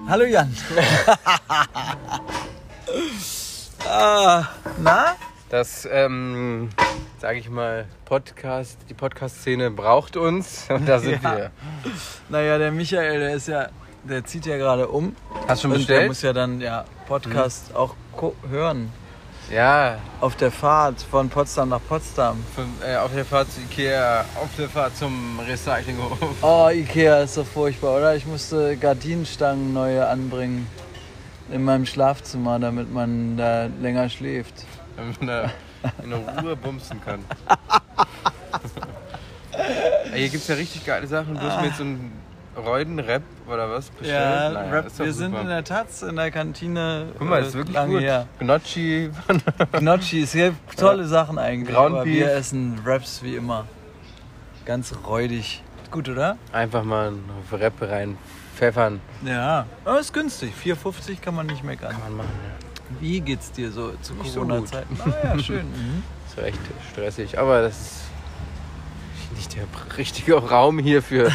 Hallo Jan. Na? Das, sage ich mal, die Podcast-Szene braucht uns und da sind wir. Naja, der Michael, der zieht ja gerade um. Hast du schon und bestellt? Der muss ja dann Podcast auch hören. Ja. Auf der Fahrt von Potsdam nach Potsdam. Auf der Fahrt zu Ikea, auf der Fahrt zum Recyclinghof. Oh, Ikea ist so furchtbar, oder? Ich musste Gardinenstangen neue anbringen in meinem Schlafzimmer, damit man da länger schläft. Damit man in Ruhe bumsen kann. Hier gibt es ja richtig geile Sachen. Du hast mir jetzt so einen Reuden-Rap oder was bestellt? Ja, naja, Rap. ist doch Wir super. sind in der Taz, in der Kantine. Guck mal, ist wirklich lange gut. her. Gnocchi. Gnocchi, es gibt tolle Sachen eigentlich, Ground aber Beef. wir essen Wraps wie immer. Ganz räudig. Gut, oder? Einfach mal einen Rap rein pfeffern. Ja, aber ist günstig. 4,50 kann man nicht meckern. Kann man machen, ja. Wie geht's dir so zu Nicht so Corona-Zeiten? Ah ja, schön. Ist recht stressig, aber das ist nicht der richtige Raum hierfür.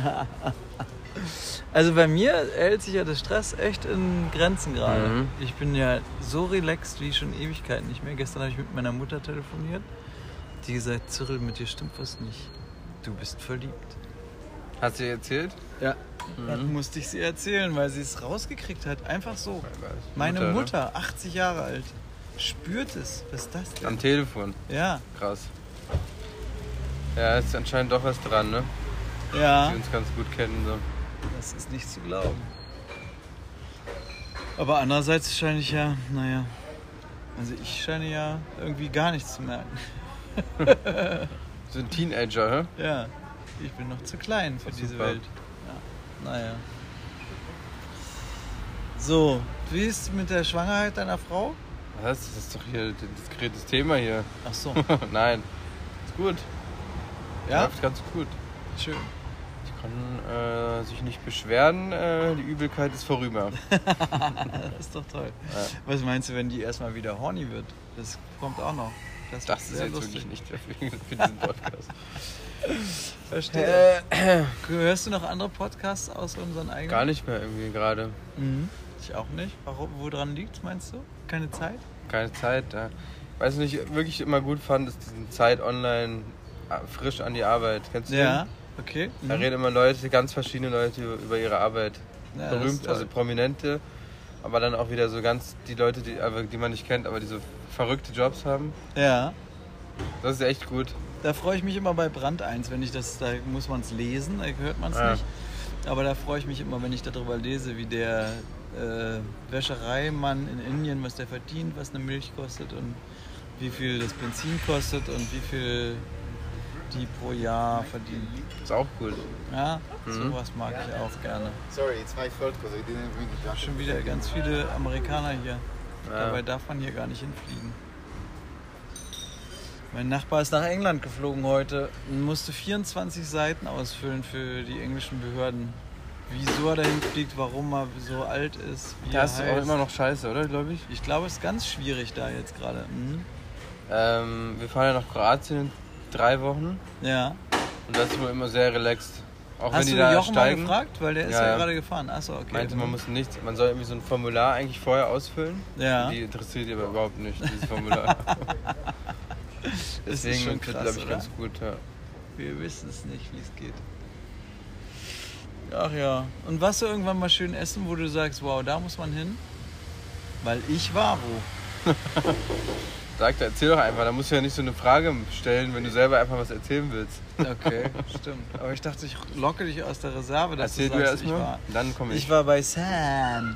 Also bei mir hält sich ja der Stress echt in Grenzen gerade. Mhm. Ich bin ja so relaxed wie schon Ewigkeiten nicht mehr. Gestern habe ich mit meiner Mutter telefoniert. Die gesagt, Cyril, mit dir stimmt was nicht. Du bist verliebt. Hast du dir erzählt? Ja. Dann musste ich sie erzählen, weil sie es rausgekriegt hat. Einfach so. Meine ne? Mutter, 80 Jahre alt, spürt es. Was ist das denn? Am Telefon. Ja. Krass. Ja, ist anscheinend doch was dran, ne? Ja. Die uns ganz gut kennen. So. Das ist nicht zu glauben. Aber andererseits scheine ich ja, also ich scheine ja irgendwie gar nichts zu merken. So ein Teenager, hä? Ja, ich bin noch zu klein für diese super. Welt. Ja, naja. So, wie ist es mit der Schwangerheit deiner Frau? Was? Das ist doch hier ein diskretes Thema hier. Ach so, Nein. Ist gut. ja, Läuft ganz gut. schön. Ich kann sich nicht beschweren. Die Übelkeit ist vorüber. Das ist doch toll. Ja. Was meinst du, wenn die erstmal wieder horny wird? Das kommt auch noch. Das wird ist sehr jetzt lustig. wirklich nicht für diesen Podcast. Verstehe. Hörst du noch andere Podcasts außer unseren eigenen? Gar nicht mehr irgendwie gerade. Mhm. Ich auch nicht. Warum? Woran liegt's, meinst du? Keine Zeit? Keine Zeit. Ja. Weiß nicht, wirklich immer gut fand, ist diesen Zeit online frisch an die Arbeit. Kennst du Ja, den? okay. Da reden immer Leute, ganz verschiedene Leute über ihre Arbeit. Ja, das ist Berühmt, toll. also Prominente, aber dann auch wieder so ganz die Leute, die man nicht kennt, aber die so verrückte Jobs haben. Ja, Das ist echt gut. da freue ich mich immer bei Brand 1, wenn ich das, da muss man es lesen, da hört man es Ja. nicht. Aber da freue ich mich immer, wenn ich darüber lese, wie der Wäschereimann in Indien, was der verdient, was eine Milch kostet und wie viel das Benzin kostet und wie viel die pro Jahr verdienen. Ist auch cool. Ja, sowas mag ich auch gerne. Sorry, it's my fault because I didn't bring it. Schon wieder ganz viele Amerikaner hier. Ja. Dabei darf man hier gar nicht hinfliegen. Mein Nachbar ist nach England geflogen heute und musste 24 Seiten ausfüllen für die englischen Behörden. Wieso er dahin fliegt, warum er so alt ist, wie Das ist er auch heißt. immer noch scheiße, oder, glaube ich? Ich glaube, es ist ganz schwierig da jetzt gerade. Mhm. Wir fahren ja nach Kroatien in 3 Wochen Ja. und das ist wohl immer sehr relaxed. Auch Hast wenn die du da Jochen mal steigen. gefragt? Weil der ist Ja, ja ja. gerade gefahren. Achso, okay. Meinte, man muss nichts, man soll irgendwie so ein Formular eigentlich vorher ausfüllen. Ja. Die interessiert die aber überhaupt nicht, dieses Formular. Das ist Deswegen schon wird, krass, glaube ich, oder? ganz gut. Ja. Wir wissen es nicht, wie es geht. Ach ja. Und warst du irgendwann mal schön essen, wo du sagst, wow, da muss man hin? Weil ich war wo. Erzähl doch einfach, da musst du ja nicht so eine Frage stellen, wenn du selber einfach was erzählen willst. Okay, stimmt. Aber ich dachte, ich locke dich aus der Reserve, dass Erzähl du du sagst, erst mal, dann komme ich. Ich war bei Sam.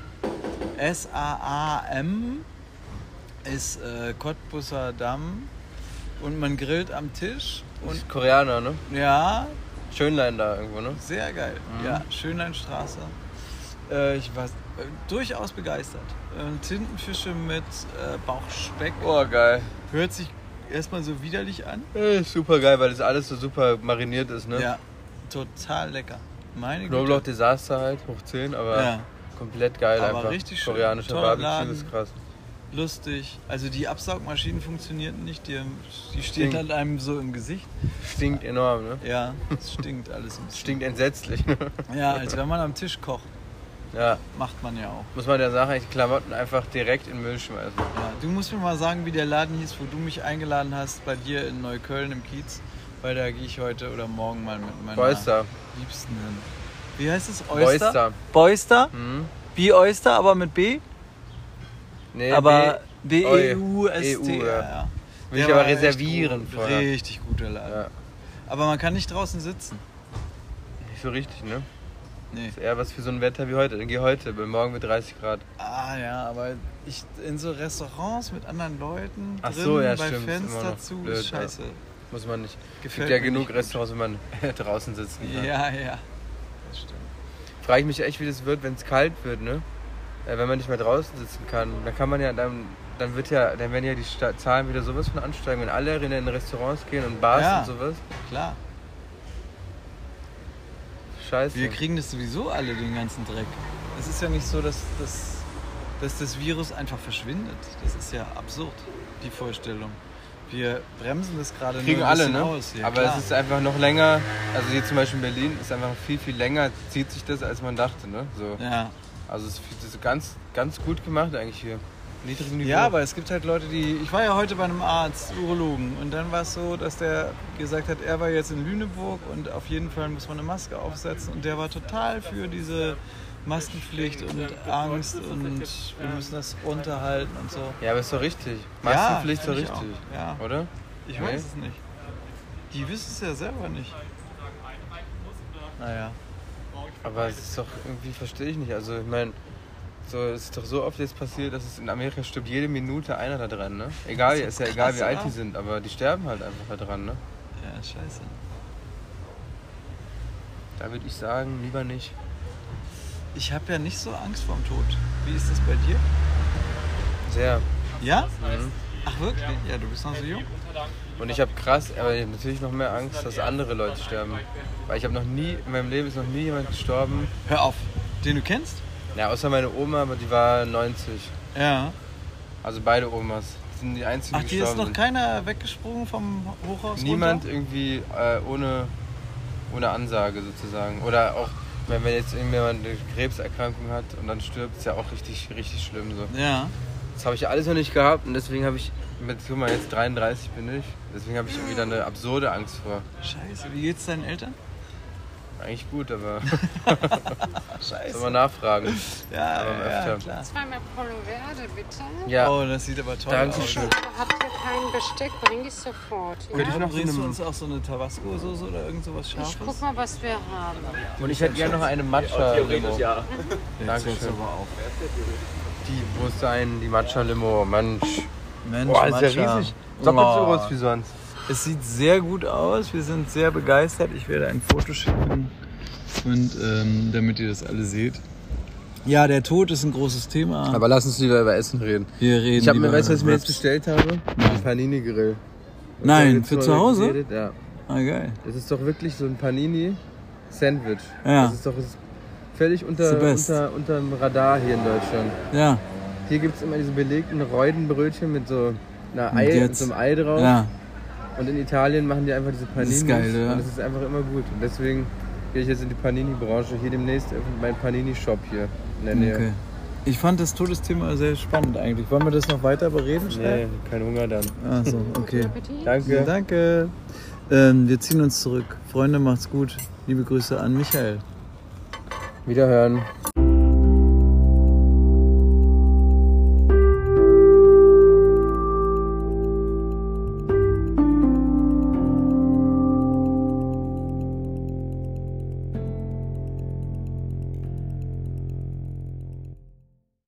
S-A-A-M ist Cottbusser Damm. Und man grillt am Tisch. Und Koreaner, ne? ja, Schönlein da irgendwo, ne? sehr geil. Ja, Schönleinstraße. Ich war durchaus begeistert. Tintenfische mit Bauchspeck. Oh, geil. Hört sich erstmal so widerlich an. Super geil, weil das alles so super mariniert ist, ne? Ja, total lecker. Meine Knoblauch Güte. Desaster halt, hoch 10, aber Ja, komplett geil Aber einfach. richtig schön. Koreanischer Toller Barbecue Laden. ist krass. lustig. Also die Absaugmaschinen funktionierten nicht. Die stehen Stinkt. dann einem so im Gesicht. Stinkt enorm, ne? Ja, es stinkt alles ein bisschen. Stinkt entsetzlich, ne? Ja, als wenn man am Tisch kocht. Ja, Macht man ja auch. muss man ja sagen, die Klamotten einfach direkt in den Müll schmeißen. Ja, du musst mir mal sagen, wie der Laden hieß, wo du mich eingeladen hast, bei dir in Neukölln im Kiez. Weil da gehe ich heute oder morgen mal mit meiner Boyster. Liebsten hin. Wie heißt es? Oyster? Boyster. Boyster? Hm? Wie Oyster, aber mit B? Nee, Aber B-E-U-S-T. EU, ja. Will Der ich aber war echt reservieren gut. vorher. Richtig guter Laden. Ja. Aber man kann nicht draußen sitzen. Nicht so richtig, ne? Nee. Ist eher was für so ein Wetter wie heute. Dann geh heute, weil morgen wird 30 Grad. Ah ja, aber in so Restaurants mit anderen Leuten Ach drin, so, ja, bei stimmt, ist immer Fenster noch zu, blöd, ist scheiße. Muss man nicht. Gefällt Gibt ja mir genug nicht gut. Restaurants, wo man draußen sitzen kann. Ja, ja. Das stimmt. Frage ich mich echt, wie das wird, wenn es kalt wird, ne? Wenn man nicht mehr draußen sitzen kann. Dann kann man ja, dann werden ja die Zahlen wieder sowas von ansteigen, wenn alle in Restaurants gehen und Bars Ja. und sowas. Klar. Scheiße. Wir kriegen das sowieso alle, den ganzen Dreck. Es ist ja nicht so, dass das Virus einfach verschwindet. Das ist ja absurd, die Vorstellung. Wir bremsen das gerade Kriegen nur ein alle, bisschen ne? aus. Ja, aber klar. es ist einfach noch länger, also hier zum Beispiel in Berlin ist einfach viel, viel länger, zieht sich das, als man dachte, ne? So. Ja. Also es ist ganz, ganz gut gemacht eigentlich hier. Niedrigen Niveau. Ja, aber es gibt halt Leute, die... Ich war ja heute bei einem Arzt, Urologen, und dann war es so, dass der gesagt hat, er war jetzt in Lüneburg und auf jeden Fall muss man eine Maske aufsetzen und der war total für diese Maskenpflicht und Angst und wir müssen das runterhalten und so. Ja, aber ist doch richtig. Maskenpflicht ist doch finde ich richtig. auch. Ja. Oder? Ich Nee. weiß es nicht. Die wissen es ja selber nicht. Naja. Aber es ist doch irgendwie, verstehe ich nicht. Also ich meine, so, es ist doch so oft jetzt passiert, dass es in Amerika stirbt jede Minute einer da dran, ne? Egal, Das ist ist so ja egal, krass, wie alt oder? die sind, aber die sterben halt einfach da dran, ne? Ja, scheiße. Da würde ich sagen, lieber nicht. Ich habe ja nicht so Angst vorm Tod. Wie ist das bei dir? Sehr. Ja? Mhm. Ach wirklich? Ja, du bist noch so jung. Und ich habe krass, aber ich hab natürlich noch mehr Angst, dass andere Leute sterben. Weil ich habe noch nie, in meinem Leben ist noch nie jemand gestorben. Hör auf. Den du kennst? Ja, außer meine Oma, aber die war 90. Ja. Also beide Omas. Das sind die einzigen, Ach, die hier ist gestorben noch sind. keiner weggesprungen vom Hochhaus Niemand runter? irgendwie ohne Ansage sozusagen. Oder auch, wenn jetzt irgendjemand eine Krebserkrankung hat und dann stirbt, ist ja auch richtig, richtig schlimm so. Ja. Das habe ich alles noch nicht gehabt und deswegen habe ich, guck mal, jetzt 33 bin ich, deswegen habe ich wieder eine absurde Angst vor. Scheiße, wie geht's deinen Eltern? Eigentlich gut, aber Scheiße. soll man nachfragen. Ja, Aber ja, öfter. klar. Zweimal Polo Verde, bitte. Ja, Oh, das sieht aber toll Dankeschön. aus. Habt ihr kein Besteck, bring ich sofort. Könnte ich Ja? noch so Bringst du eine, uns auch so eine Tabasco-Soße oder irgend sowas Scharfes? Ich guck mal, was wir haben. und ich hätte gerne noch eine Matcha-Limo. Jetzt Dankeschön. hört's aber auf. Die muss sein, die Matcha-Limo, Mensch. Mensch, Boah, ist ja Matcha. riesig. Doppelt so Oh. groß wie sonst. Es sieht sehr gut aus. Wir sind sehr begeistert. Ich werde ein Foto schicken, und damit ihr das alle seht. Ja, der Tod ist ein großes Thema. Aber lass uns lieber über Essen reden. wir reden Ich habe mir, lieber weißt du, was ich mir über jetzt bestellt habe? Ein Panini-Grill. Nein, für zu Hause? Geredet? Ja. Ah, geil. Das ist doch wirklich so ein Panini-Sandwich. Ja. Das ist doch völlig the best. unterm Radar hier in Deutschland. Ja, Hier gibt es immer diese belegten Räudenbrötchen mit so einer Und Ei, mit jetzt? so einem Ei drauf. ja. Und in Italien machen die einfach diese Paninis. ist geil, ja. Und das ist einfach immer gut. Und deswegen gehe ich jetzt in die Panini-Branche. Hier demnächst öffnet mein Panini-Shop hier in der Nähe. Okay. Ich fand das Todesthema sehr spannend eigentlich. Wollen wir das noch weiter bereden? Nee, kein Hunger dann. Achso, okay. Appetit. Danke. Danke. Wir ziehen uns zurück. Freunde, macht's gut. Liebe Grüße an Michael. Wiederhören.